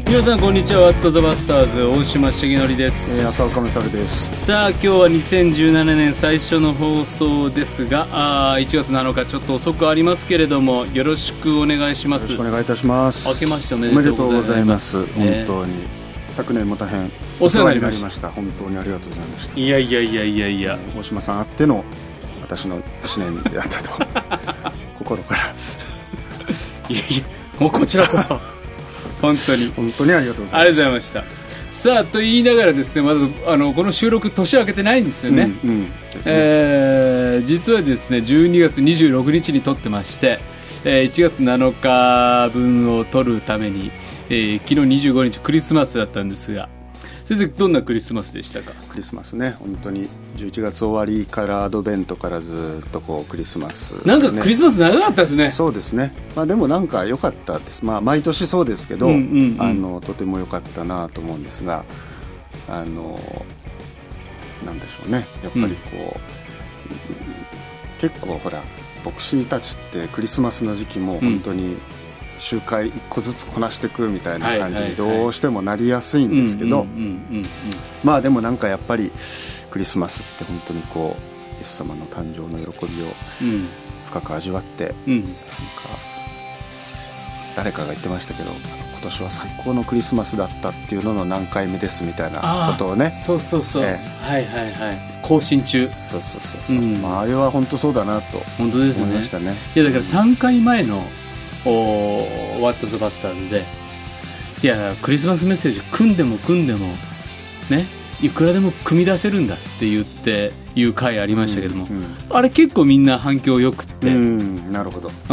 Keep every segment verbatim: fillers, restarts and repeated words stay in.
皆さんこんにちは。ワットザバスターズ大島重則です、 えー、浅岡美咲です。 さあ今日はにせんじゅうななねん最初の放送ですが、あいちがつなのかちょっと遅くありますけれども、よろしくお願いします。 よろしくお願いいたします。 明けましておめでとうございます。 本当に、えー、昨年も大変お世話になりました。 本当にありがとうございました。 いやいやいやいやいや、 大島さんあっての私のいちねんであったと心からいやいや、もうこちらこそ本当に本当にありがとうございました。 ありがとうございました。さあと言いながらですね、まだあのこの収録年明けてないんですよね。うんうん、ですね、えー、実はですねじゅうにがつにじゅうろくにちに撮ってまして、えー、いちがつなのか分を撮るために、えー、昨日にじゅうごにちクリスマスだったんですが、先生どんなクリスマスでしたか？ クリスマスね、本当にじゅういちがつ終わりからアドベントからずっとこうクリスマス、ね、 なんかクリスマス長かったですね。 そうですね、まあ、でもなんか良かったです、まあ、毎年そうですけど、うんうんうん、あのとても良かったなと思うんですが、あのなんでしょうね、やっぱりこう、うん、結構ほら牧師たちってクリスマスの時期も本当に集会いっこずつこなしていくみたいな感じにどうしてもなりやすいんですけど、まあでもなんかやっぱりクリスマスって本当にこうイエス様の誕生の喜びを深く味わって、うん、なんか誰かが言ってましたけど、今年は最高のクリスマスだったっていうのの何回目ですみたいなことをね。 そうそうそう、えー、はいはいはい、更新中。 そうそうそうそう、うん、まあ、あれは本当そうだなと思いましたね。 いやだからさんかいまえのワット・ザ・バスターズで、いやクリスマスメッセージ組んでも組んでもね、いくらでも組み出せるんだって言っていう回ありましたけども、うんうん、あれ結構みんな反響よくって、うん、 なるほど、 うん、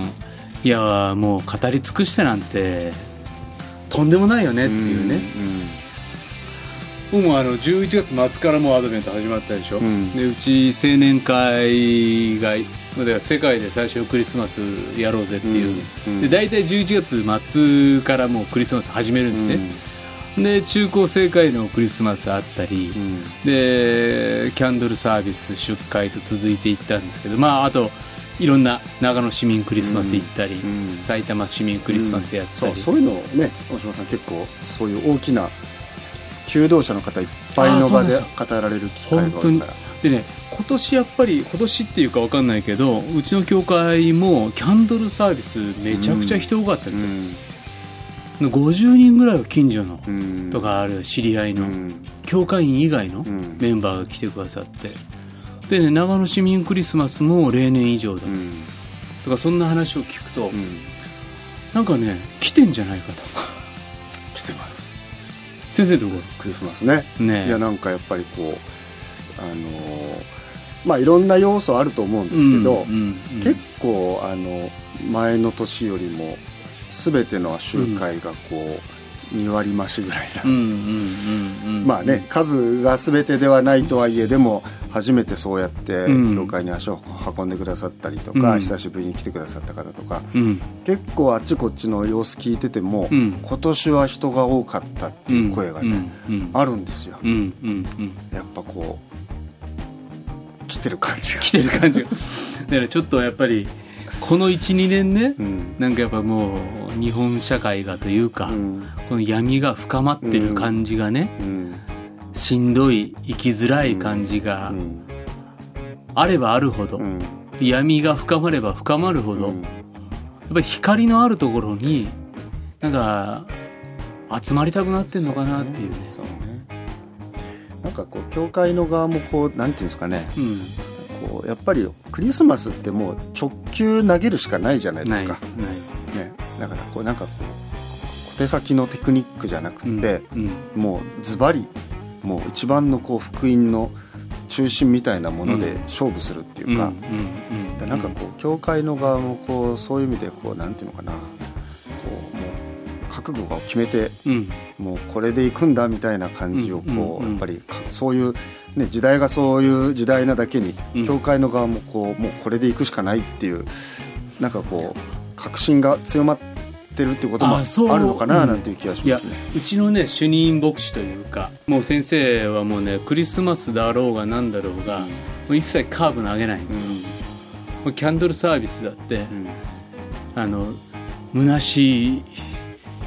いやもう語り尽くしてなんてとんでもないよねっていうね、うんうん、僕もあのじゅういちがつまつからもうアドベント始まったでしょ、うん、でうち青年会がだから世界で最初のクリスマスやろうぜっていう、うんうん、で大体じゅういちがつまつからもうクリスマス始めるんですね、うん、で中高生会のクリスマスあったり、うん、でキャンドルサービス出会と続いていったんですけど、まああといろんな長野市民クリスマス行ったり、うんうん、埼玉市民クリスマスやったり、 うん、そう、そういうのをね、大島さん結構そういう大きな求道者の方いっぱいの場で語られる機会が多いから。 でね、今年やっぱり今年っていうか分かんないけど、うちの教会もキャンドルサービスめちゃくちゃ人多かったんですよ、うん、ごじゅうにんぐらいは近所の、うん、とかあるいは知り合いの、うん、教会員以外のメンバーが来てくださって、でね、長野市民クリスマスも例年以上だ、うん、とかそんな話を聞くと、うん、なんかね来てんじゃないかと来てます。 先生どこクリスマス ね, ねいやなんかやっぱりこうあのー、まあいろんな要素あると思うんですけど、うんうんうん、結構あの前の年よりも全ての集会がこう、うん、にわり増しぐらいな、うんうんうんうん、まあね数が全てではないとはいえ、でも初めてそうやって教会に足を運んでくださったりとか、うん、久しぶりに来てくださった方とか、うん、結構あっちこっちの様子聞いてても、うん、今年は人が多かったっていう声がね、うんうんうん、あるんですよ、うんうんうん、やっぱこう来てる感じが来てる感じがだからちょっとやっぱりこの いちにねんね、うん、なんかやっぱもう日本社会がというか、うん、この闇が深まってる感じがね、うん、しんどい生きづらい感じがあればあるほど、うん、闇が深まれば深まるほど、うん、やっぱり光のあるところになんか集まりたくなってんのかなっていうね。 そうね、そうね、なんかこう教会の側もこうなんていうんですかね、うん、こうやっぱりクリスマスってもう直球投げるしかないじゃないですか。ないないですね。だからこうなんかこう小手先のテクニックじゃなくて、うんうん、もうズバリもう一番のこう福音の中心みたいなもので勝負するっていうか、なんかこう教会の側もこうそういう意味でこうなんていうのかな、こうもう覚悟を決めて、うん、もうこれでいくんだみたいな感じをこうやっぱりそういうね、時代がそういう時代なだけに、うん、教会の側もこうもうこれでいくしかないっていうなんかこう確信が強まってるっていうこともあるのかななんていう気がしますね。 いやうちのね主任牧師というかもう先生はもうねクリスマスだろうがなんだろうが、うん、もう一切カーブ投げないんですよ、うん、もうキャンドルサービスだって、うん、あの虚しい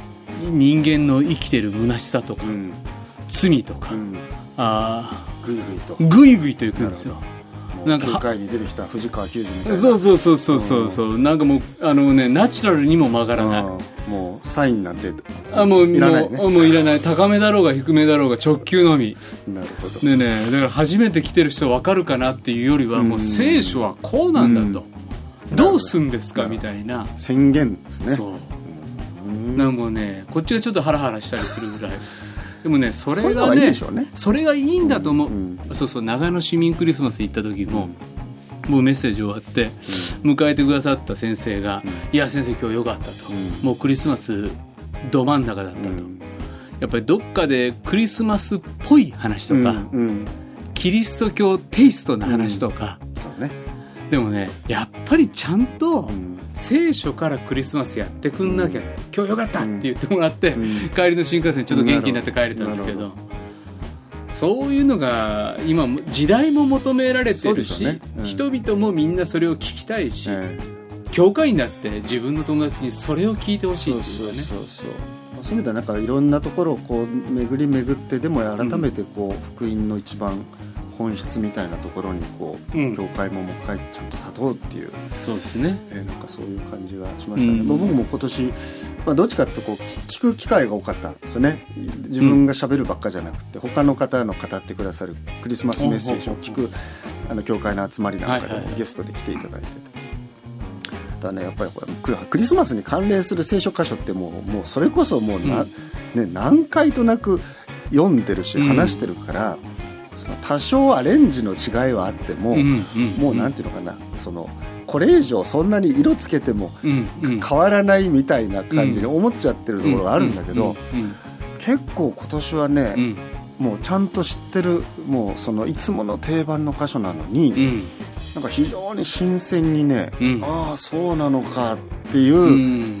人間の生きてる虚しさとか、うん、罪とか、うん、あぐいぐいとぐいぐいといくんですよ。 なんか球界に出てきた藤川球児みたいな。 そうそうそうそうそうそう、うん、なんかもうあのねナチュラルにも曲がらない。 もうサインなんてあもういらないね。 もう、もういらない。高めだろうが低めだろうが直球のみ。 なるほど。 でね、だから初めて来てる人分かるかなっていうよりは、もう聖書はこうなんだと、うん、どうすんですかみたいな宣言ですね。 そう。うん、なんかもうねこっちがちょっとハラハラしたりするぐらい。でもねそれが ね, いいねそれがいいんだと思う、うんうん、そうそう長野市民クリスマス行った時も、うん、もうメッセージ終わって、うん、迎えてくださった先生が、うん、いや先生今日よかったと、うん、もうクリスマスど真ん中だったと、うん、やっぱりどっかでクリスマスっぽい話とか、うんうん、キリスト教テイストの話とか、 うん、そうね、 でもねやっぱりちゃんと、うん聖書からクリスマスやってくんなきゃ、うん、今日よかったって言ってもらって、うん、帰りの新幹線ちょっと元気になって帰れたんですけど、そういうのが今時代も求められてるし、ねうん、人々もみんなそれを聞きたいし、うん、教会員だって自分の友達にそれを聞いてほしいっていうかね。 そうそうそうそう、そういう意味ではなんかいろんなところをこう巡り巡ってでも改めてこう、うん、福音の一番本質みたいなところにこう、うん、教会ももう一回ちゃんと立とうっていう、 そうですね、 えー、なんかそういう感じがしましたね、うん、僕も今年、まあ、どっちかというとこう聞く機会が多かったですよね。自分が喋るばっかじゃなくて、うん、他の方の語ってくださるクリスマスメッセージを聞く、うん、あの教会の集まりなんかでもゲストで来ていただいてて、だからね、やっぱりこれクリスマスに関連する聖書箇所ってもう、もうそれこそもうな、うんね、何回となく読んでるし話してるから、うんその多少アレンジの違いはあっても、うんうんうん、もうなんていうのかな、そのこれ以上そんなに色つけても変わらないみたいな感じに思っちゃってるところがあるんだけど、結構今年はね、うん、もうちゃんと知ってるもうそのいつもの定番の箇所なのに、うん、なんか非常に新鮮にね、うん、ああそうなのかっていう、うん、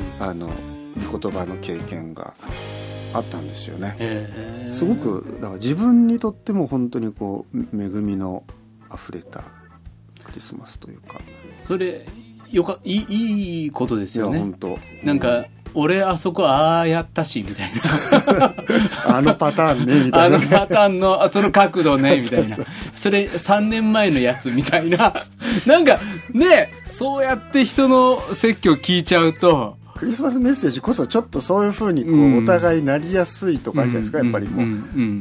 あの御言葉の経験があったんですよね。すごくだから自分にとっても本当にこう恵みのあふれたクリスマスというか、 それよか い, いいことですよね。 いや本当なんか、うん、俺あそこああやったしみたいなあのパターンねみたいな、 あのパターンのその角度ねみたいなそうそうそう、それさんねんまえのやつみたいななんかね、そうやって人の説教聞いちゃうと、 クリスマスメッセージこそちょっとそういう風にこう、うん、お互いなりやすいとかじゃないですか、うん、やっぱりもう、うん、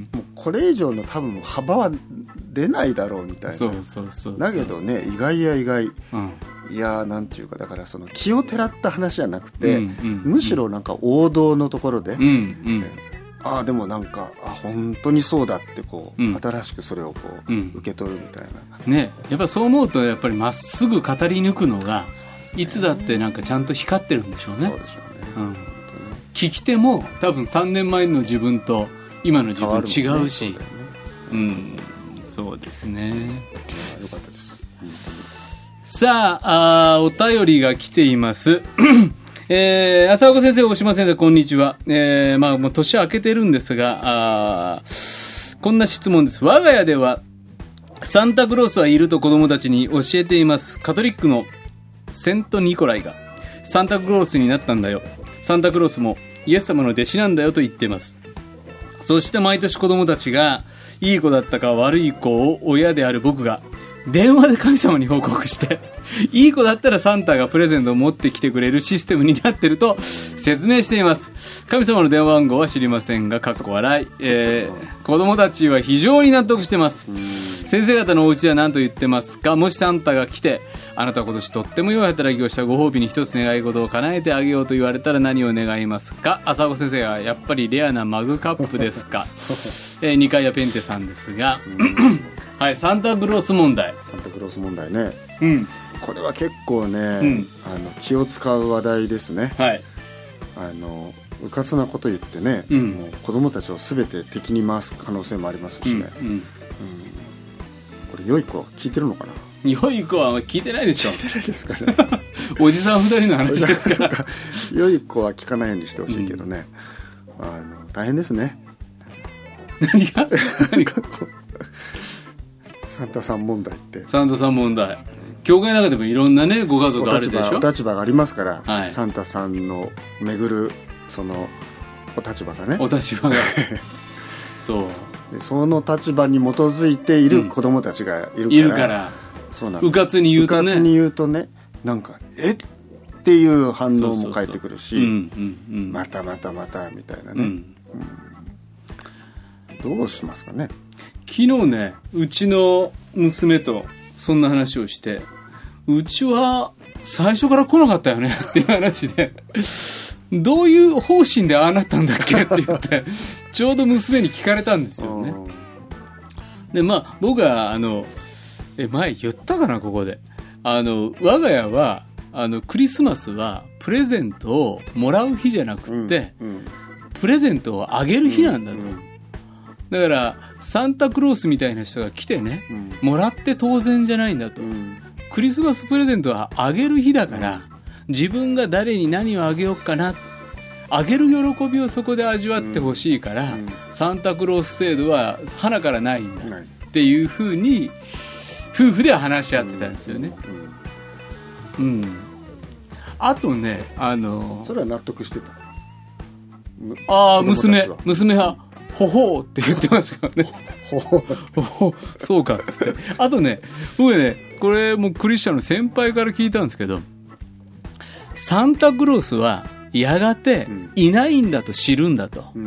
もうこれ以上の多分幅は出ないだろうみたいな。 そうそうそうそう、 だけどね、意外や意外、うん、いやなんていうか、だからその気をてらった話じゃなくて、うんうん、むしろなんか王道のところで、うんうんね、ああでもなんかあ本当にそうだってこう、うん、新しくそれをこう、うん、受け取るみたいなね。やっぱそう思うとやっぱりまっすぐ語り抜くのがいつだってなんかちゃんと光ってるんでしょうね。 そうでしょうね、うん、 聞き手も多分さんねんまえの自分と今の自分違うし、そうだよね、うん、そうですね。 よかったです、うん、 さあ、あお便りが来ていますえー、浅岡先生、大島先生、こんにちは。えー、まあもう年明けてるんですが、あこんな質問です。我が家ではサンタクロースはいると子供たちに教えています。カトリックのセントニコライがサンタクロースになったんだよ、サンタクロースもイエス様の弟子なんだよと言っています。そして毎年子供たちがいい子だったか悪い子を親である僕が電話で神様に報告していい子だったらサンタがプレゼントを持ってきてくれるシステムになってると説明しています。神様の電話番号は知りませんがかっこ笑い、えー、子供たちは非常に納得してます。先生方のお家では何と言ってますか。もしサンタが来てあなたは今年とっても良い働きをしたご褒美に一つ願い事を叶えてあげようと言われたら何を願いますか。浅尾先生はやっぱりレアなマグカップですかえー、にかいやペンテさんですがはい、サンタクロース問題。 サンタクロース問題ね、 うん、 これは結構ね、うん、あの気を使う話題ですね。 はい、 あのうかつなこと言ってね、うん、もう子供たちを全て敵に回す可能性もありますしね、うんうんうん、これ良い子は聞いてるのかな。 良い子は聞いてないでしょ。 聞いてないですかねおじさんふたりの話ですから良い子は聞かないようにしてほしいけどね、うん、あの大変ですね。 何が何かサンタさん問題って。 サンタさん問題、教会の中でもいろんなねご家族あるでしょ。 お立場がありますから、 はい、 サンタさんの巡るそのお立場がね、 お立場がそうでその立場に基づいている子供たちがいるから、うん、 いるからそうなんうかつに言うとねうかつに言うとねなんかえっていう反応も返ってくるし、またまたまたみたいなね、うんうん、どうしますかね。 昨日ねうちの娘とそんな話をして、うちは最初から来なかったよねっていう話でどういう方針でああなったんだっけって言ってちょうど娘に聞かれたんですよね。でまあ僕はあのえ前言ったかなここで、あの我が家はあのクリスマスはプレゼントをもらう日じゃなくて、うんうん、プレゼントをあげる日なんだと、うんうん、だからサンタクロースみたいな人が来てね、うん、もらって当然じゃないんだと、うん、クリスマスプレゼントはあげる日だから、うん、自分が誰に何をあげようかな、あげる喜びをそこで味わってほしいから、うん、サンタクロース制度は花からないんだっていうふうに夫婦では話し合ってたんですよね、うんうんうん、あとねあのそれは納得してた。 ああ娘娘はほほーって言ってましたからねほほほそうかっつって。あとね僕ねこれもクリスチャンの先輩から聞いたんですけど、サンタクロースはやがていないんだと知るんだと、うん、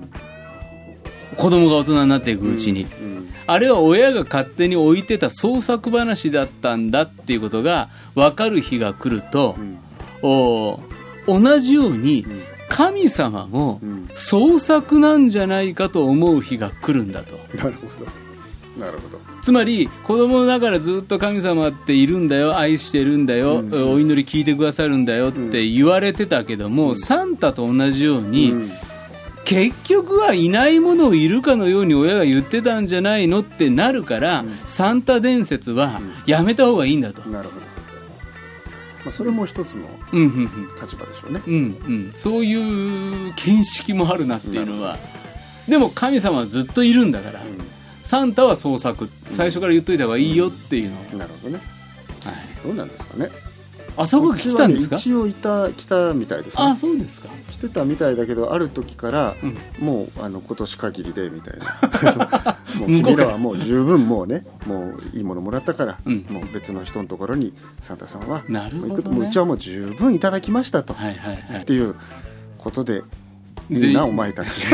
子供が大人になっていくうちに、うんうん、あれは親が勝手に置いてた創作話だったんだっていうことが分かる日が来ると、うん、お同じように神様も創作なんじゃないかと思う日が来るんだと。 なるほどなるほど。 つまり子供だからずっと神様っているんだよ、愛してるんだよ、うん、お祈り聞いてくださるんだよって言われてたけども、うん、サンタと同じように、うん、結局はいないものをいるかのように親が言ってたんじゃないのってなるから、うん、サンタ伝説はやめた方がいいんだと、 うん、なるほど。まあ、それも一つの立場でしょうね、 うんうんうん、そういう見識もあるなっていうのは。でも神様はずっといるんだから、うん、サンタは創作、最初から言っといた方がいいよっていうの、 うん、なるほどね、はい、どうなんですかね。 あそこ来たんですか。 一応いた来たみたいですね。 あ、そうですか。 来てたみたいだけど、ある時から、うん、もうあの今年限りでみたいなもう君らはもう十分もうね、もういいものもらったから、うん、もう別の人のところにサンタさんはなるほど、ね、 もううちはもう十分いただきましたと、はいはいはい、っていうことでいいなお前たち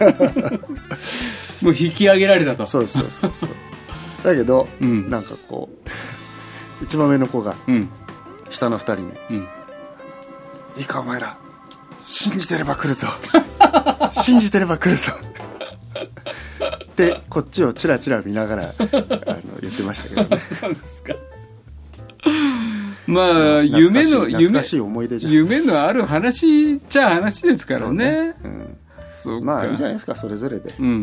もう引き上げられたと。 そうそうそうそうだけど、うん、なんかこう一番上の子が、うん下の二人に、うん、いいかお前ら信じてれば来るぞ信じてれば来るぞってこっちをチラチラ見ながらあの言ってましたけどね。 そうですか。まあ夢の懐かしい思い出じゃん。 夢のある話っちゃ話ですからね。そうね、うん、 そうかまあいいじゃないですかそれぞれで、 うんうん、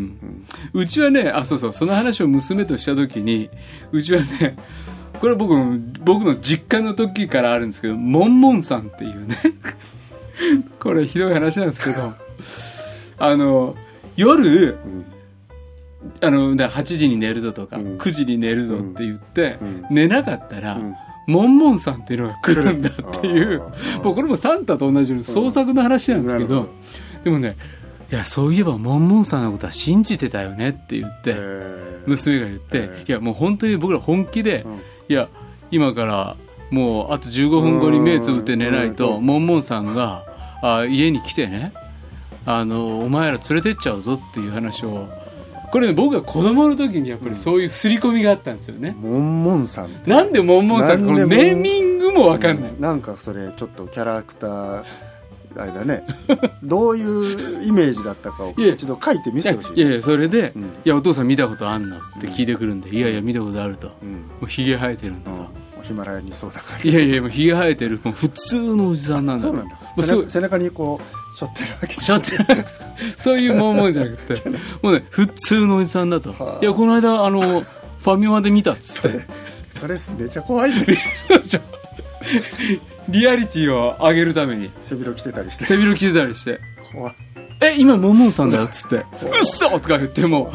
うちはねあそうそうその話を娘とした時にうちはねこれは 僕, 僕の実家の時からあるんですけど、モンモンさんっていうねこれひどい話なんですけどあの夜、うん、あのだはちじに寝るぞとか、うん、くじに寝るぞって言って、うん、寝なかったら、うん、モンモンさんっていうのが来るんだっていう、もうこれもサンタと同じように創作の話なんですけど、でもねいやそういえばモンモンさんのことは信じてたよねって言って娘が言って、いやもう本当に僕ら本気で、うんいや今からもうあとじゅうごふんごに目つぶって寝ないとモンモンさんがあ家に来てねあのお前ら連れてっちゃうぞっていう話を、これね僕が子供の時にやっぱりそういう刷り込みがあったんですよね、 うん、モンモンさんってなんでモンモンさんこのネーミングも分かんない、 うん、なんかそれちょっとキャラクターあれだねどういうイメージだったかを一度書いてみせてほしい。 いやいやそれで、うん、いやお父さん見たことあんのって聞いてくるんで、うん、いやいや見たことあると、うん、もうひげ生えてるんだと、 うん、ヒマラヤにそうだ感じ。 いやいやもうひげ生えてるもう普通のおじさんなんだ。 そうなんだ。背, 背中にこう背負ってるわけ背負ってるそういうもんもんじゃなくてもうね普通のおじさんだと、はあ、いやこの間あのファミマで見たっつってそれそれめちゃ怖いですよリアリティを上げるために背広着てたりして背広着てたりして怖いえ今モンモンさんだよっつってうっそとか言っても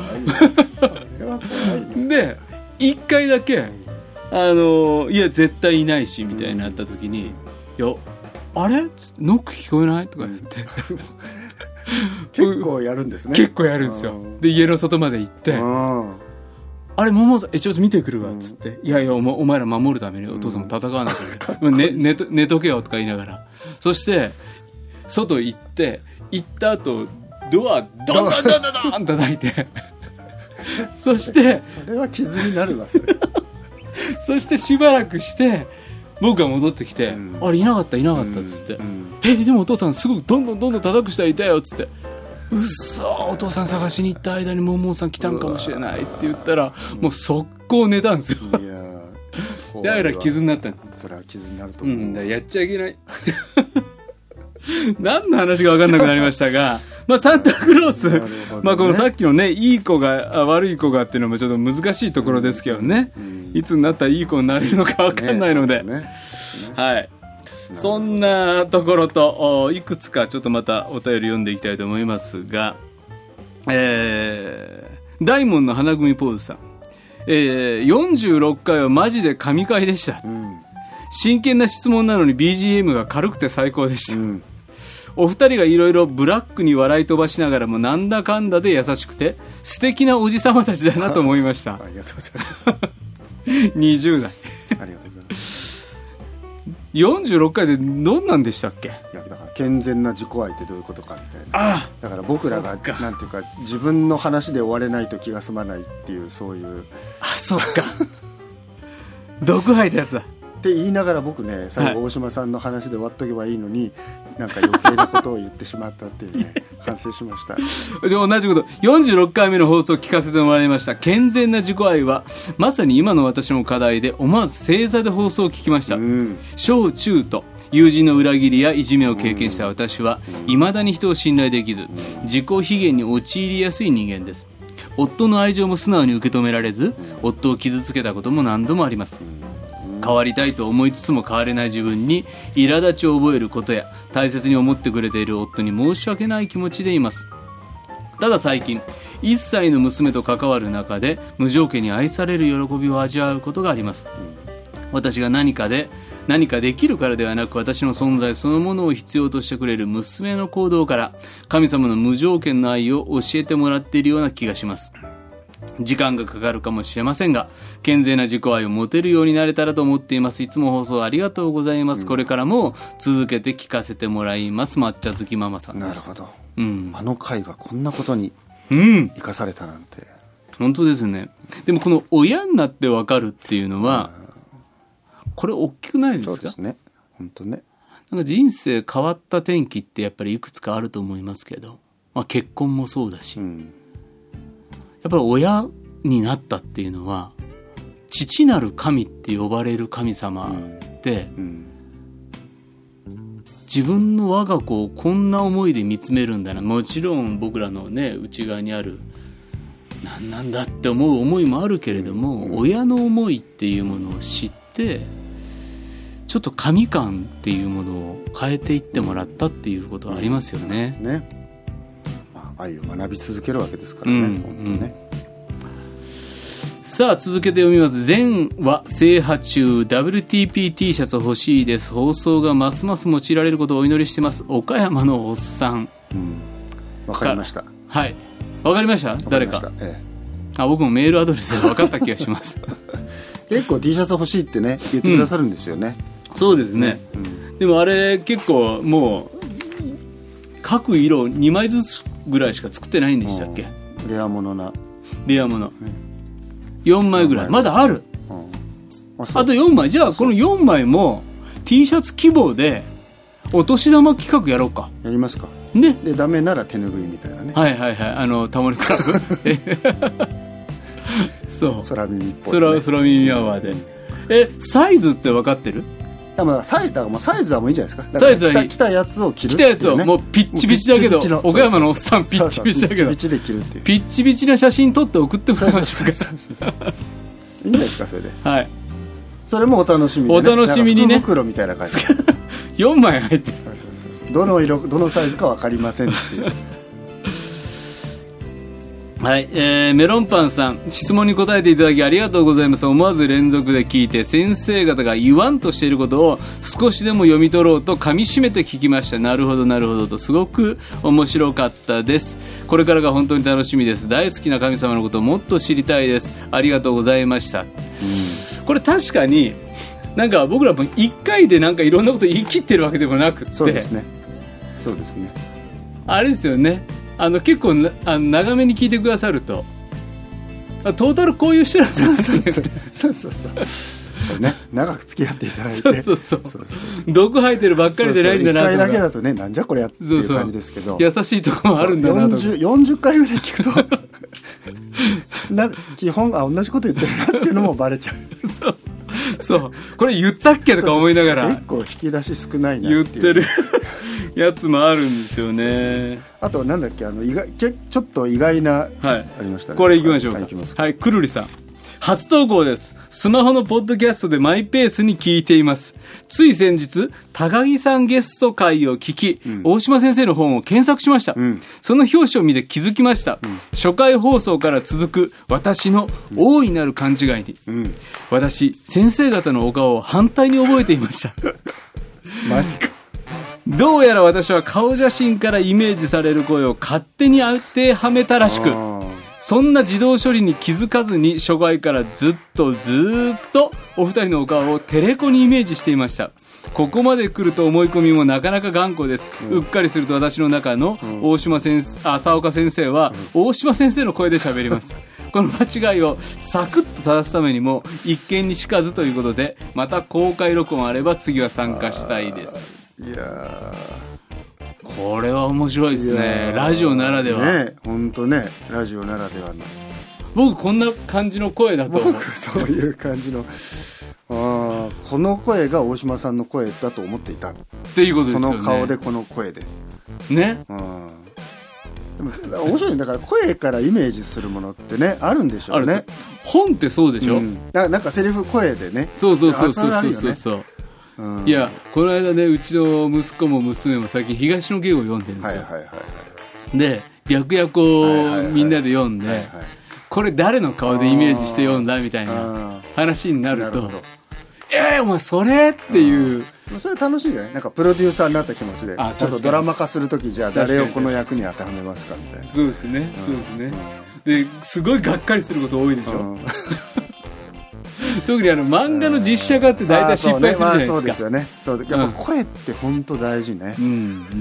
で一回だけあのいや絶対いないしみたいになった時に、うん、いやあれノック聞こえないとか言って結構やるんですね。 結構やるんですよ。で家の外まで行って、あれ桃さんえちょっと見てくるわっつって、うん、いやいや お, お前ら守るためにお父さんも戦わなきゃいけない、うん、寝, 寝, と寝とけよとか言いながら、そして外行って行った後ドアドンドンドンドンドン叩いてそしてそれは傷になるわそれそしてしばらくして僕が戻ってきて、うん、あれいなかったいなかったっつって、うんうん、えでもお父さんすぐどんどんどんどん叩く人はいたよっつって、うっそお父さん探しに行った間にももさん来たんかもしれないって言ったら、もう速攻寝たんですよ。いやだから傷になったんです。それは傷になると思う、うん、 だやっちゃいけない何の話が分かんなくなりましたがまあサンタクロース、ね、まあこのさっきのねいい子が悪い子がっていうのもちょっと難しいところですけどね、うん、いつになったらいい子になれるのか分かんないので、ねねね、はいそんなところといくつかちょっとまたお便り読んでいきたいと思いますが、えー、大門の花組ポーズさん、えー、よんじゅうろっかいはマジで神回でした、うん、真剣な質問なのに ビージーエム が軽くて最高でした、うん、お二人がいろいろブラックに笑い飛ばしながらもなんだかんだで優しくて素敵なおじさまたちだなと思いましたありがとうございますにじゅう代ありがとうございますよんじゅうろっかいでどんなんでしたっけ。いやだから健全な自己愛ってどういうことかみたいな。あだから僕らがなんていうか自分の話で終われないと気が済まないっていうそういうあそっか毒吐いたやつだって言いながら僕ね最後大島さんの話で終わっとけばいいのに、はい、なんか余計なことを言ってしまったっていうね反省しましたでも同じことよんじゅうろっかいめの放送を聞かせてもらいました。健全な自己愛はまさに今の私の課題で思わず正座で放送を聞きました、うん、小中と友人の裏切りやいじめを経験した私は未だに人を信頼できず自己卑下に陥りやすい人間です。夫の愛情も素直に受け止められず夫を傷つけたことも何度もあります。変わりたいと思いつつも変われない自分に苛立ちを覚えることや大切に思ってくれている夫に申し訳ない気持ちでいます。ただ最近いっさいの娘と関わる中で無条件に愛される喜びを味わうことがあります。私が何かで何かできるからではなく私の存在そのものを必要としてくれる娘の行動から神様の無条件の愛を教えてもらっているような気がします。時間がかかるかもしれませんが健全な自己愛を持てるようになれたらと思っています。いつも放送ありがとうございます、うん、これからも続けて聞かせてもらいます。抹茶好きママさんです。 なるほど、うん、あの回がこんなことに生かされたなんて、うん、 本当ですね。でもこの親になって分かるっていうのは、うん、これ大きくないですか。 そうですね本当ね。 なんか人生変わった転機ってやっぱりいくつかあると思いますけど、まあ、結婚もそうだし、うんやっぱり親になったっていうのは父なる神って呼ばれる神様って、うんうん、自分の我が子をこんな思いで見つめるんだな。もちろん僕らのね内側にある何なんだって思う思いもあるけれども、うん、親の思いっていうものを知ってちょっと神感っていうものを変えていってもらったっていうことはありますよね、 うんね愛を学び続けるわけですからね、うん、本当ね、 うん、さあ続けて読みます。全話制覇中 ダブリューティーピー T シャツ欲しいです。放送がますます用いられることをお祈りしてます。岡山のおっさん、 うん、分かりました。 はい分かりました。誰か、ええ、あ僕もメールアドレスで分かった気がします結構 T シャツ欲しいってね言ってくださるんですよね、 うん、そうですね、うん、でもあれ結構もう各色にまいずつぐらいしか作ってないんでしたっけ。 レアものなレアもの、うん、よんまいぐらいまだある、うん、あ, あとよんまい。じゃあこのよんまいも T シャツ希望でお年玉企画やろうか。 やりますかね。 でダメなら手ぬぐいみたいなね。 はいはいはいあのタモリクラブそう空耳っぽい、ね、 空, 空耳アワーで、うん、えサイズって分かってる。 まあ、サイ, だからもうサイズはもういいんじゃないですか。だからサイズはいい。 着たやつを着る、 ね、着たやつをもうピッチピチだけど岡山のおっさんピッチピチだけどピッチピチで着るっていうピッチピチな写真撮って送ってもらいましょうか。 いいんじゃないですかそれで。 はいそれもお楽しみで、ね、 お楽しみにね。 福袋みたいな感じよんまい入ってる。 そうそうそうどの色どのサイズか分かりませんっていうはい、えー、メロンパンさん、質問に答えていただきありがとうございます。思わず連続で聞いて、先生方が言わんとしていることを少しでも読み取ろうと噛み締めて聞きました。なるほどなるほどと、すごく面白かったです。これからが本当に楽しみです。大好きな神様のことをもっと知りたいです。ありがとうございました、うん、これ確かになんか僕らもいっかいでなんかいろんなこと言い切ってるわけでもなくって、 そうですね、そうですね、 あれですよね、あの結構なあの長めに聞いてくださると、あトータルこういう人なんですよね。 そうそうそうそうこれね、長く付き合っていただいて、 そうそうそうそうそう、毒吐いてるばっかりじゃないんだなとか、 いっかいだけだとね、なんじゃこれやっていう感じですけど、 そうそう優しいところもあるんだなとか、 よんじゅう, よんじゅっかいぐらい聞くとな基本あ同じこと言ってるなっていうのもバレちゃう。 そうそうこれ言ったっけとか思いながら、 そうそう結構引き出し少ないなっていう言ってるやつもあるんですよね。そうそうそう、 あとなんだっけ、あの意外ちょっと意外な、はい、ありましたね。 これいきましょうか。はい、はい、くるりさん、初投稿です。スマホのポッドキャストでマイペースに聞いています。つい先日高木さんゲスト会を聞き、うん、大島先生の本を検索しました、うん、その表紙を見て気づきました、うん、初回放送から続く私の大いなる勘違いに、うん、私先生方のお顔を反対に覚えていました。 マジか。 どうやら私は顔写真からイメージされる声を勝手に当てはめたらしく、そんな自動処理に気づかずに初回からずっとずっとお二人のお顔をテレコにイメージしていました。ここまで来ると思い込みもなかなか頑固です、うん、うっかりすると私の中の大島先生、浅岡先生は大島先生の声で喋ります。この間違いをサクッと正すためにも一見にしかずということで、また公開録音あれば次は参加したいです。 いやこれは面白いですね。ラジオならではね、本当ね、ラジオならではの。 僕こんな感じの声だと思う。 僕そういう感じのあこの声が大島さんの声だと思っていたっていうことですよね。 その顔でこの声でね。 でも面白い。だから声からイメージするものってね、あるんでしょうね。 本ってそうでしょ、うん、 な, なんかセリフ声でね。 そうそうそうそうそうそうそう、うん、いやこの間ね、うちの息子も娘も最近東野圭吾を読んでるんですよ、はいはいはいはい、で白夜行をみんなで読んで、はいはいはいはい、これ誰の顔でイメージして読んだみたいな話になると、えー、お前それっていう、 それ楽しいじゃない。なんかプロデューサーになった気持ちでちょっとドラマ化するとき、じゃあ誰をこの役に当てはめますかみたいな。 そうですね、うん、そうですね、うん、ですごいがっかりすること多いでしょ、うん、特にあの漫画の実写化って大体失敗するじゃないですか。 そうですよね。そうやっぱ声って本当大事ね、うんうん、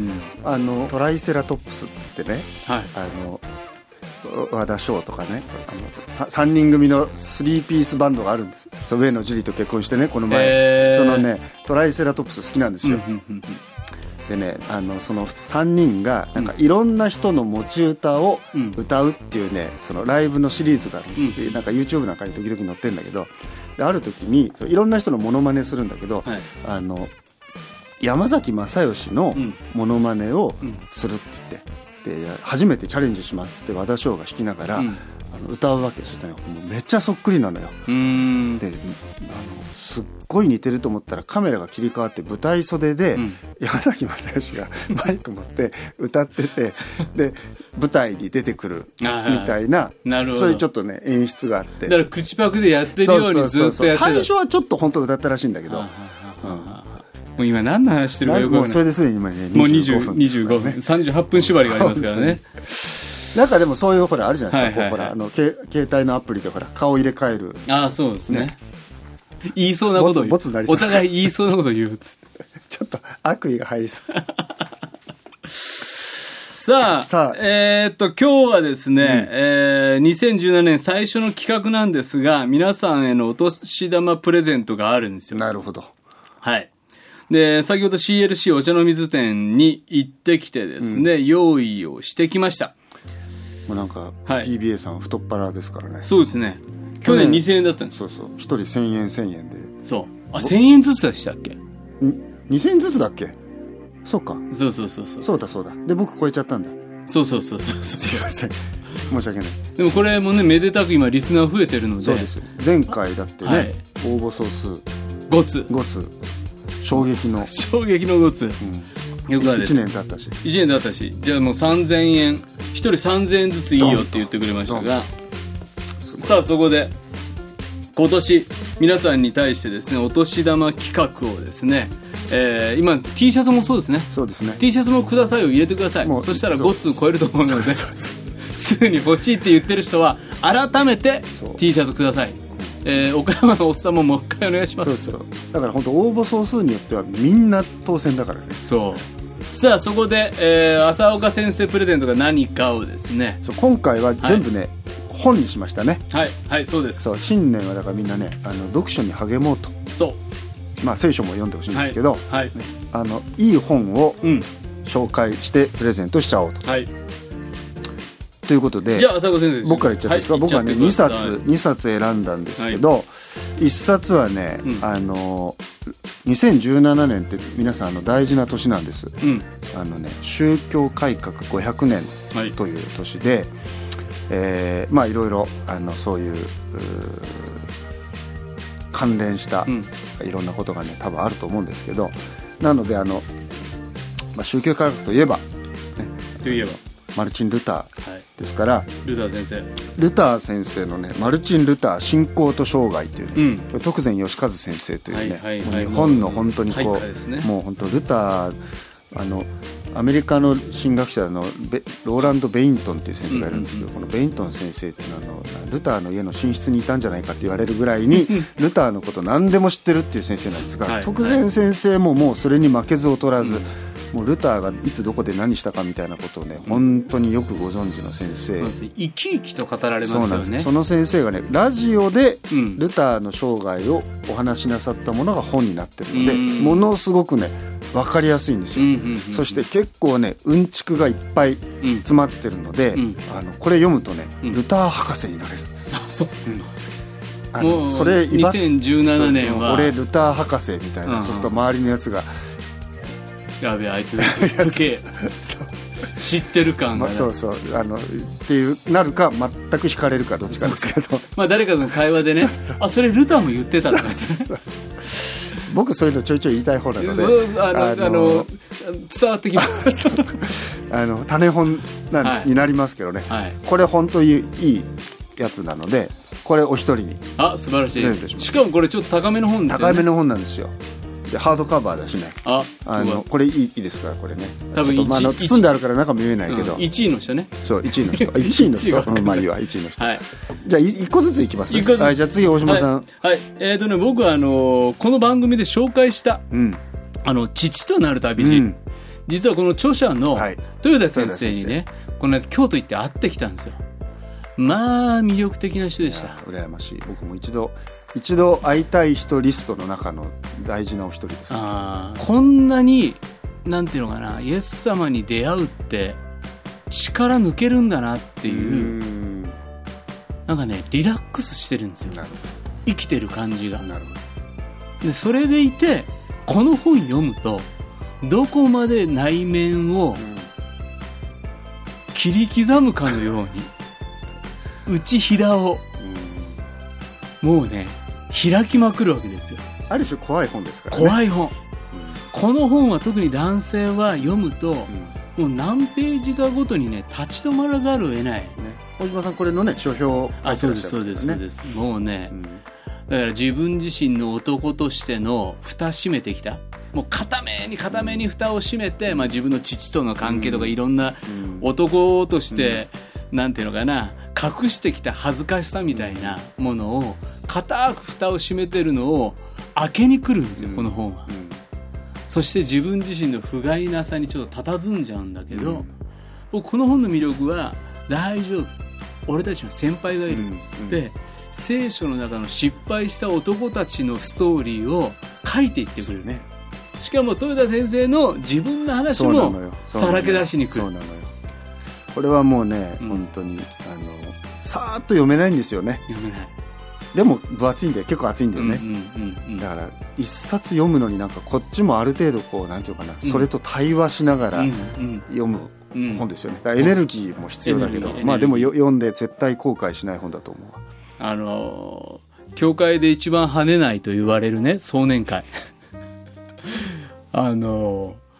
あのトライセラトップスってね、はい、あの和田翔とかね、あのさんにん組のスリーピースバンドがあるんです。上野樹里と結婚してね、この前、そのねトライセラトップス好きなんですよ、うんうんうん、でね、あのそのさんにんがなんかいろんな人の持ち歌を歌うっていうね、そのライブのシリーズがある、うん、なんか YouTube なんかに時々載ってるんだけど、である時にいろんな人のモノマネするんだけど、はい、あの山崎正義のモノマネをするって言って、で初めてチャレンジしますって和田翔が弾きながら、うん、あの歌うわけですよね。もうめっちゃそっくりなのよ。うーんであのすっごい似てると思ったらカメラが切り替わって舞台袖で、うん、山崎正義がマイク持って歌っててで舞台に出てくるみたいな、なるほど、そういうちょっとね演出があって、 だから口パクでやってるようにずっとやってた。そうそうそう、 最初はちょっと本当歌ったらしいんだけど、 もう今何の話してるかよくわかんない。 それですでに今ねもうにじゅうごふん、さんじゅうはっぷん縛りがありますからね。 なんかでもそういうほらあるじゃないですか、はいはいはい、ほらあの携帯のアプリでほら顔入れ替える。 ああそうですね、ね、言いそうなことを言う、 ボツボツなりそう、 お互い言いそうなことを言うちょっと悪意が入りそうさあ、さあえー、っと今日はですね、うんえー、にせんじゅうななねん最初の企画なんですが、皆さんへのお年玉プレゼントがあるんですよ。 なるほど。 はい。で先ほど シーエルシー お茶の水店に行ってきてですね、うん、用意をしてきました。 もうなんか ピービーエー さんは太っ腹ですからね。 そうですね。去年にせんえんだったんです。 そうそう、ひとりせんえんせんえんで。 そうあせんえんずつでしたっけ。 にせんえんずつだっけ。そうか、 そうそうそうそう、 そうだそうだ。で僕超えちゃったんだ。 そうそうそうそう、 すいません申し訳ない。 でもこれもねめでたく今リスナー増えてるので。 そうです。前回だってね、はい、応募総数ごつごつ衝撃の衝撃のごつ、うん、 よくあるいちねん経ったしいちねん経ったし、じゃあもうさんぜんえんひとりさんぜんえんずついいよって言ってくれましたが、さあそこで今年皆さんに対してですね、お年玉企画をですね、えー、今 T シャツもそうですね。 そうですね。 T シャツもくださいを入れてください。そしたらご通超えると思うので、すぐに欲しいって言ってる人は改めて T シャツください。えー、岡山のおっさんももう一回お願いします。 そうそう、だから本当応募総数によってはみんな当選だからね。 そうさあそこで、えー、浅岡先生プレゼントが何かをですね、 そう今回は全部ね、はい、本にしましたね。 はいはいそうです。 そう新年はだからみんなね、あの読書に励もうと。 そうまあ聖書も読んでほしいんですけど、はいはい、 あのいい本を紹介してプレゼントしちゃおうと。はい。ということで、 じゃあ浅岡先生僕から言っちゃっていいですか。はい、僕はねにさつにさつ選んだんですけど、はい、いっさつはね、うん、あのにせんじゅうななねんって皆さんあの大事な年なんです。うん、あのね宗教改革ごひゃくねんという年で、はい、えー、まあいろいろあのそういう、う関連した、うん、いろんなことがね多分あると思うんですけど、なのであの、まあ、宗教改革といえば、ね、 といえばマルチン・ルターですから、はい、 ルター先生ルター先生のねマルチン・ルター信仰と生涯というね、うん、これ徳前義和先生というね、はいはいはい、日本の本当にこう、ね、もう本当ルターあのアメリカの神学者のローランド・ベイントンっていう先生がいるんですけど、うんうんうん、このベイントン先生っていうのはあのルターの家の寝室にいたんじゃないかって言われるぐらいにルターのこと何でも知ってるっていう先生なんですが、はい、徳前先生ももうそれに負けず劣らず、うん、もうルターがいつどこで何したかみたいなことをね、うん、本当によくご存知の先生、 生き生きと語られますよね。 そうなんです。その先生がねラジオでルターの生涯をお話しなさったものが本になってるので、うん、ものすごくね分かりやすいんですよ、うんうんうんうん、そして結構ねうんちくがいっぱい詰まってるので、うん、あのこれ読むとね、うん、ルター博士になれる。 あそう、うん、 あのもうそれにせんじゅうななねんは俺ルター博士みたいな、うんうん、そうすると周りのやつがやべえあいつすげえ知ってる感が、 まあ、そうそうあのっていうなるか全く惹かれるかどっちかですけどまあ誰かの会話でねそうそうあそれルターも言ってたとかそうそうそう僕そういうのちょいちょい言いたい方なのであのあのあの伝わってきますあの種本な、はい、になりますけどね、はい、これ本当にいいやつなのでこれお一人にあ素晴らしい。しかもこれちょっと高めの本ですよね。 高めの本なんですよ。でハードカバーだしね。ああのこれいい、いいですからこれね。多分いち、まあ、の包んであるから中見えないけど、うん、 いちいの人ね。 そういちいの人いちいの人まあいいわいちいの人、はい、じゃあいっこずついきます、ね、はい、じゃあ次大島さん。 はい、はい、えーとね僕はあのー、この番組で紹介した、うん、あの父となる旅路、うん、実はこの著者の豊田先生にね、はい、この京都行って会ってきたんですよ。まあ魅力的な人でした。 羨ましい。僕も一度一度会いたい人リストの中の大事なお一人です。 あこんなになんていうのかなイエス様に出会うって力抜けるんだなっていう、うーんなんかねリラックスしてるんですよ。なるほど。生きてる感じが。なるほど。でそれでいてこの本読むとどこまで内面を切り刻むかのように内平をもうね開きまくるわけですよ。 ある種怖い本ですからね。 怖い本、うん、この本は特に男性は読むと、うん、もう何ページかごとにね立ち止まらざるを得ない、ね、 小島さんこれのね書評書いてらっしゃるんですよね。あそうですそうですそうです。もうね、うん、だから自分自身の男としての蓋閉めてきたもう固めに固めに蓋を閉めて、まあ、自分の父との関係とかいろんな男として、うん、なんていうのかな隠してきた恥ずかしさみたいなものを固く蓋を閉めてるのを開けに来るんですよ、うん、この本は、うん、そして自分自身の不甲斐なさにちょっと佇んじゃうんだけど、うん、僕この本の魅力は大丈夫俺たちは先輩がいる、うんうん、で聖書の中の失敗した男たちのストーリーを書いていってくれるね。しかも豊田先生の自分の話もさらけ出しに来る。そうなのよ。 これはもうね、うん、本当にあのさーっと読めないんですよね。 読めない。 でも分厚いんで結構厚いんだよね、うんうんうんうん、だから一冊読むのになんかこっちもある程度こうなんていうかな、うん、それと対話しながら読む本ですよね。だからエネルギーも必要だけど、まあでもよ読んで絶対後悔しない本だと思う。 あの教会で一番跳ねないと言われるね壮年会あの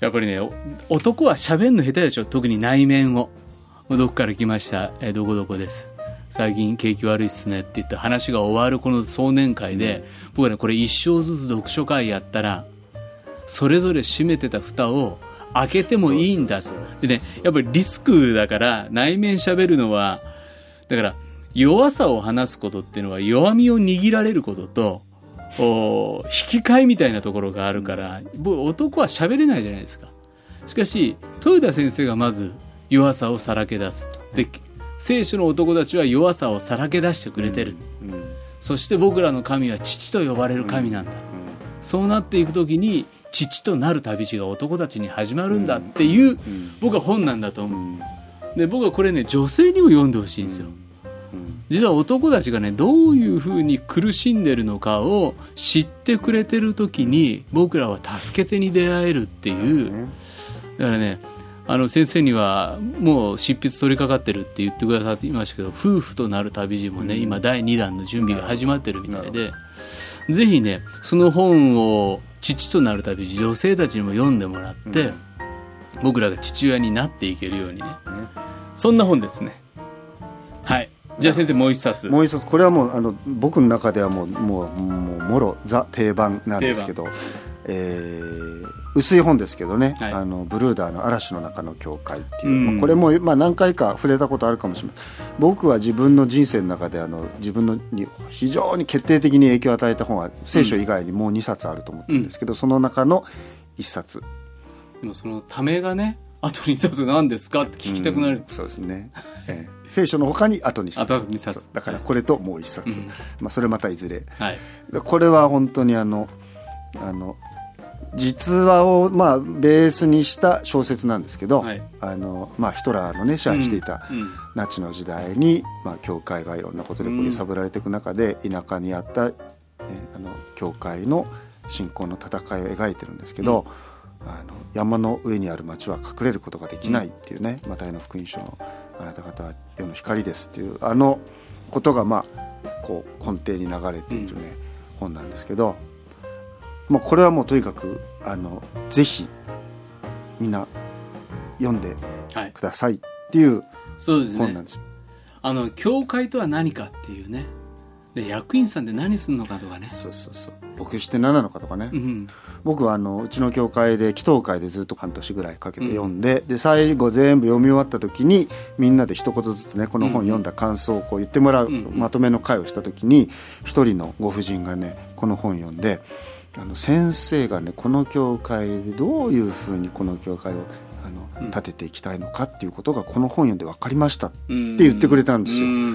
やっぱりね男は喋んの下手でしょ。特に内面をどこから来ました、えどこどこです、最近景気悪いっすねって言って話が終わるこの壮年会で、僕はねこれ一生ずつ読書会やったらそれぞれ閉めてた蓋を開けてもいいんだ。でねやっぱりリスクだから内面喋るのはだから弱さを話すことっていうのは弱みを握られることとお引き換えみたいなところがあるから男は喋れないじゃないですか。しかし豊田先生がまず弱さをさらけ出すで聖書の男たちは弱さをさらけ出してくれてる、うんうん、そして僕らの神は父と呼ばれる神なんだ、うんうん、そうなっていくときに父となる旅路が男たちに始まるんだっていう、うん、僕は本なんだと思う、うん、で僕はこれね女性にも読んでほしいんですよ、うん実は男たちがねどういうふうに苦しんでるのかを知ってくれてる時に僕らは助け手に出会えるっていうだからねあの先生にはもう執筆取り掛かってるって言ってくださっていましたけど夫婦となる旅路もね今だいにだんの準備が始まってるみたいでぜひねその本を父となる旅路女性たちにも読んでもらって僕らが父親になっていけるようにねそんな本ですね。はいじゃあ先生もう一冊もう一冊これはもうあの僕の中ではもうもうもうもろザ定番なんですけど、えー、薄い本ですけどね、はい、あのブルーダーの嵐の中の教会っていう、まあ、これも、まあ、何回か触れたことあるかもしれない。僕は自分の人生の中であの自分のに非常に決定的に影響を与えた本は聖書以外にもうにさつあると思ってるんですけど、うん、その中のいっさつ。 でもそのためがねあとにさつ何ですかって聞きたくなる、 うん、そうですね、えー聖書の他にあとにさつだからこれともういっさつ、うんまあ、それまたいずれ、はい、これは本当にあのあの実話をまあベースにした小説なんですけど、はいあのまあ、ヒトラーの、ね、支配していたナチの時代に、まあ、教会がいろんなことでこう揺さぶられていく中で田舎にあった、ね、あの教会の信仰の戦いを描いてるんですけど、うん、あの山の上にある町は隠れることができないっていうね、うん、マタイの福音書のあなた方は世の光ですっていうあのことがまあこう根底に流れているね、うん、本なんですけど、まあ、これはもうとにかくあのぜひみんな読んでくださいっていう本なんですよ。 あの教会とは何かっていうねで役員さんで何するのかとかねそうそうそう牧師って何なのかとかね、うん、僕はあのうちの教会で祈祷会でずっと半年ぐらいかけて読んで、うん、で最後全部読み終わった時にみんなで一言ずつねこの本読んだ感想をこう言ってもらう、うんうん、まとめの会をした時に一人のご婦人がねこの本読んであの先生がねこの教会でどういうふうにこの教会をあの立てていきたいのかっていうことがこの本読んで分かりましたって言ってくれたんですよ、うんうん、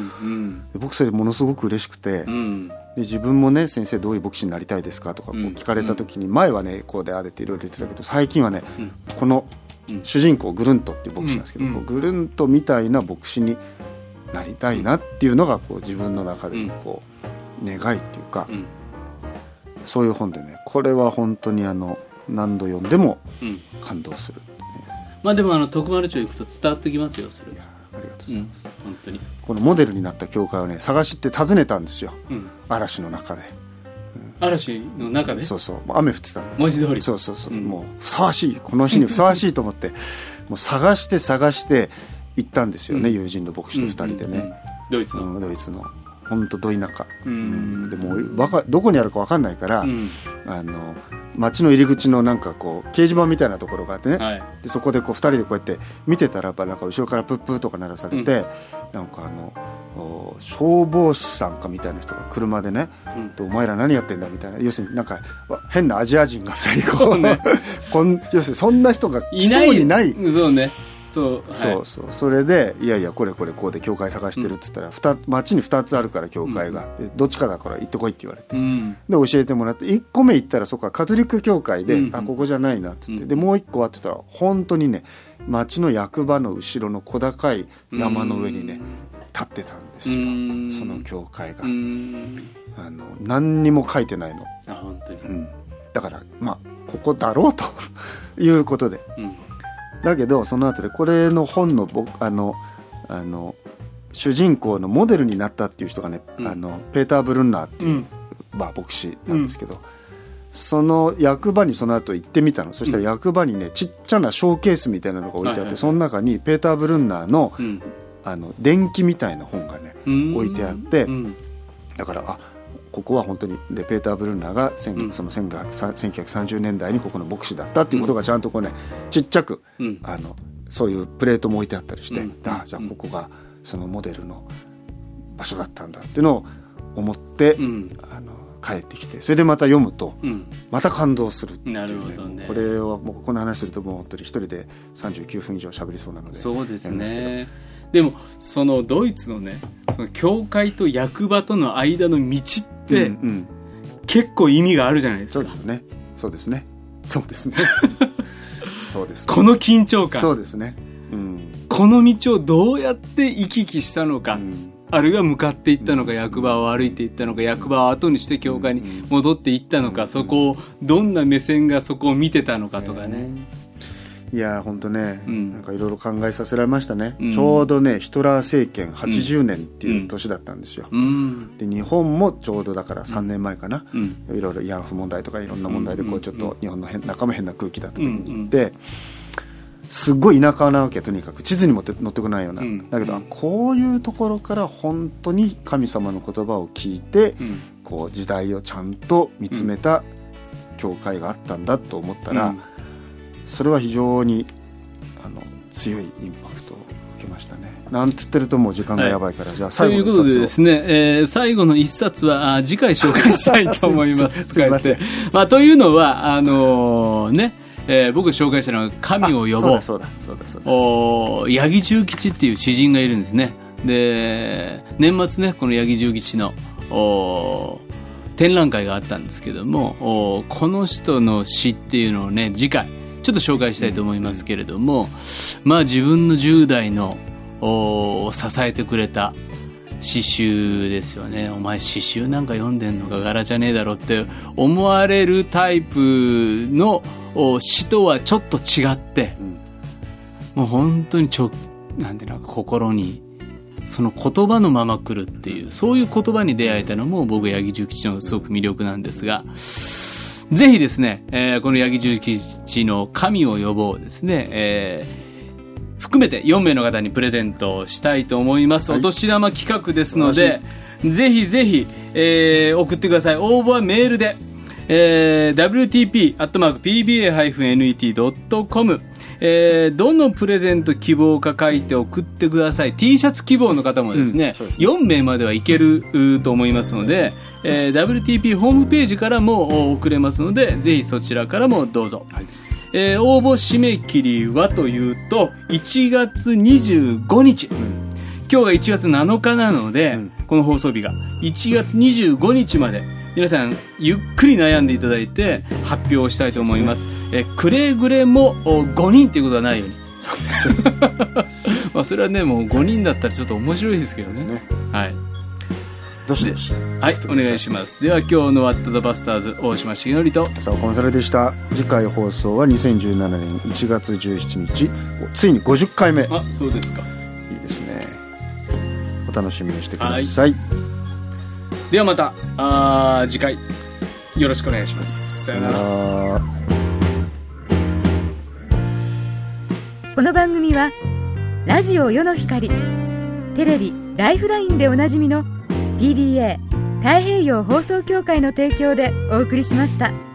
で僕それものすごく嬉しくて、うん、で自分もね先生どういう牧師になりたいですかとかこう聞かれた時に前はねこうであれっていろいろ言ってたけど最近はね、うん、この主人公グルントっていう牧師なんですけど、うん、グルントみたいな牧師になりたいなっていうのがこう自分の中でのこう願いっていうか、うん、そういう本でねこれは本当にあの何度読んでも感動する、うんまあ、でもあの徳丸町行くと伝わってきますよそれ。いやありがとうございます、 うん、本当にこのモデルになった教会をね探して訪ねたんですよ、うん、嵐の中で、 うん、嵐の中でそうそう雨降ってたの文字通りそうそうそう、うん、もうふさわしいこの日にふさわしいと思ってもう探して探して行ったんですよね、うん、友人の牧師とふたりでね、うんうんうん、 ドイツの、 うん、ドイツの本当ど田舎、うん、でもわかどこにあるか分かんないから、うん、あの町の入り口のなんかこう掲示板みたいなところがあってね、はい、でそこでこうふたりでこうやって見てたらやっぱなんか後ろからプップーとか鳴らされて、うん、なんかあの消防士さんかみたいな人が車でね、うん、でお前ら何やってんだみたいな要するになんか変なアジア人がふたりこう、ね、こん要するにそんな人がいそうにないそうねそう、はい、 そうそうそれでいやいやこれこれこうで教会探してるって言ったら、うん、町にふたつあるから教会が、うん、でどっちかだから行ってこいって言われて、うん、で教えてもらっていっこめ行ったらそこはカトリック教会で、うん、あここじゃないなっつって、うん、でもういっこはって言ったら本当にね町の役場の後ろの小高い山の上にね立ってたんですよ、うん、その教会が、うん、あの何にも書いてないのあ本当に、 うん、だからまあここだろうということで、うんだけどその後でこれの本のあのあの主人公のモデルになったっていう人がね、うん、あのペーター・ブルンナーっていう、うんまあ、牧師なんですけど、うん、 その役場にその後行ってみたの。そしたら役場にねちっちゃなショーケースみたいなのが置いてあって、はいはいはい、その中にペーター・ブルンナーの、うん、あの伝記みたいな本がね置いてあって、うん、だからあここは本当にでペーター・ブルンナーがせん、うん、そのせんきゅうひゃくさんじゅうねんだいにここの牧師だったっていうことがちゃんとこうねちっちゃく、うん、あのそういうプレートも置いてあったりして、うん、あじゃあここがそのモデルの場所だったんだっていうのを思って、うん、あの帰ってきてそれでまた読むと、うん、また感動するっていう、ね、なるほどね。これはもうこの話するともう本当に一人でさんじゅうきゅうふん以上喋りそうなので。 そうですね。でもそのドイツのねその教会と役場との間の道って、うんうん、結構意味があるじゃないですか。 そうですね。そうですね。そうですね。そうですね。 この緊張感。 そうですね。うん、 この道をどうやって行き来したのか、うん、あるいは向かっていったのか、役場を歩いていったのか、役場を後にして教会に戻っていったのか、そこをどんな目線がそこを見てたのかとかね。 いや本当ね、うん、なんかいろいろ考えさせられましたね、うん、ちょうどねヒトラー政権はちじゅうねんっていう年だったんですよ、うん、で日本もちょうどだからさんねんまえかな、うん、いろいろ慰安婦問題とかいろんな問題でこうちょっと日本の変中も変な空気だった時にで、すっごい田舎なわけとにかく地図にも載ってこないような、うん、だけど、うん、こういうところから本当に神様の言葉を聞いて、うん、こう時代をちゃんと見つめた教会があったんだと思ったら、うん、それは非常にあの強いインパクトを受けましたね。なんて言ってるともう時間がやばいから、はい、じゃあ最後の一冊を。ということでですね、えー、最後の一冊は次回紹介したいと思います。 すみません。 まあ、というのはあのー、ね、えー、僕が紹介したのは神を呼ぼう。 そうだそうだそうだそうだ。 お八木重吉っていう詩人がいるんですね。で年末ねこの八木重吉のお展覧会があったんですけども、おこの人の詩っていうのをね次回ちょっと紹介したいと思いますけれども、まあ自分のじゅう代のお支えてくれた詩集ですよね。お前詩集なんか読んでんのか柄じゃねえだろって思われるタイプの詩とはちょっと違って、うん、もう本当にちょなんていうのか心にその言葉のまま来るっていうそういう言葉に出会えたのも僕八木重吉のすごく魅力なんですが、ぜひですね、えー、この八木重吉の神を呼ぼうですね、えー、含めてよん名の方にプレゼントをしたいと思います、はい、お年玉企画ですのでぜひぜひ、えー、送ってください。応募はメールで、えー、ダブリューティーピー アットマーク ピービーエー エヌイーティー ドット コム、えー、どのプレゼント希望か書いて送ってください。 T シャツ希望の方もですね、うん、よん名まではいけると思いますので、えー、ダブリューティーピー ホームページからも送れますのでぜひそちらからもどうぞ、はい。えー、応募締め切りはというといちがつにじゅうごにち、うん、今日がいちがつなのかなので、うん、この放送日がいちがつにじゅうごにちまで皆さんゆっくり悩んでいただいて発表をしたいと思います。えくれぐれもごにんということはないように。まあそれはねもうごにんだったらちょっと面白いですけど ね, ねはい。 どしどしはいお願いします。では今日のワットザバスターズ大島重則と浅尾コンサルでした。次回放送はにせんじゅうななねんいちがつじゅうしちにち、ついにごじゅっかいめ。 あそうですか。 いいですね。お楽しみにしてください、はい。 ではまたあ次回よろしくお願いします。さよなら。 この番組はラジオ世の光、テレビライフラインでおなじみの ティービーエー 太平洋放送協会の提供でお送りしました。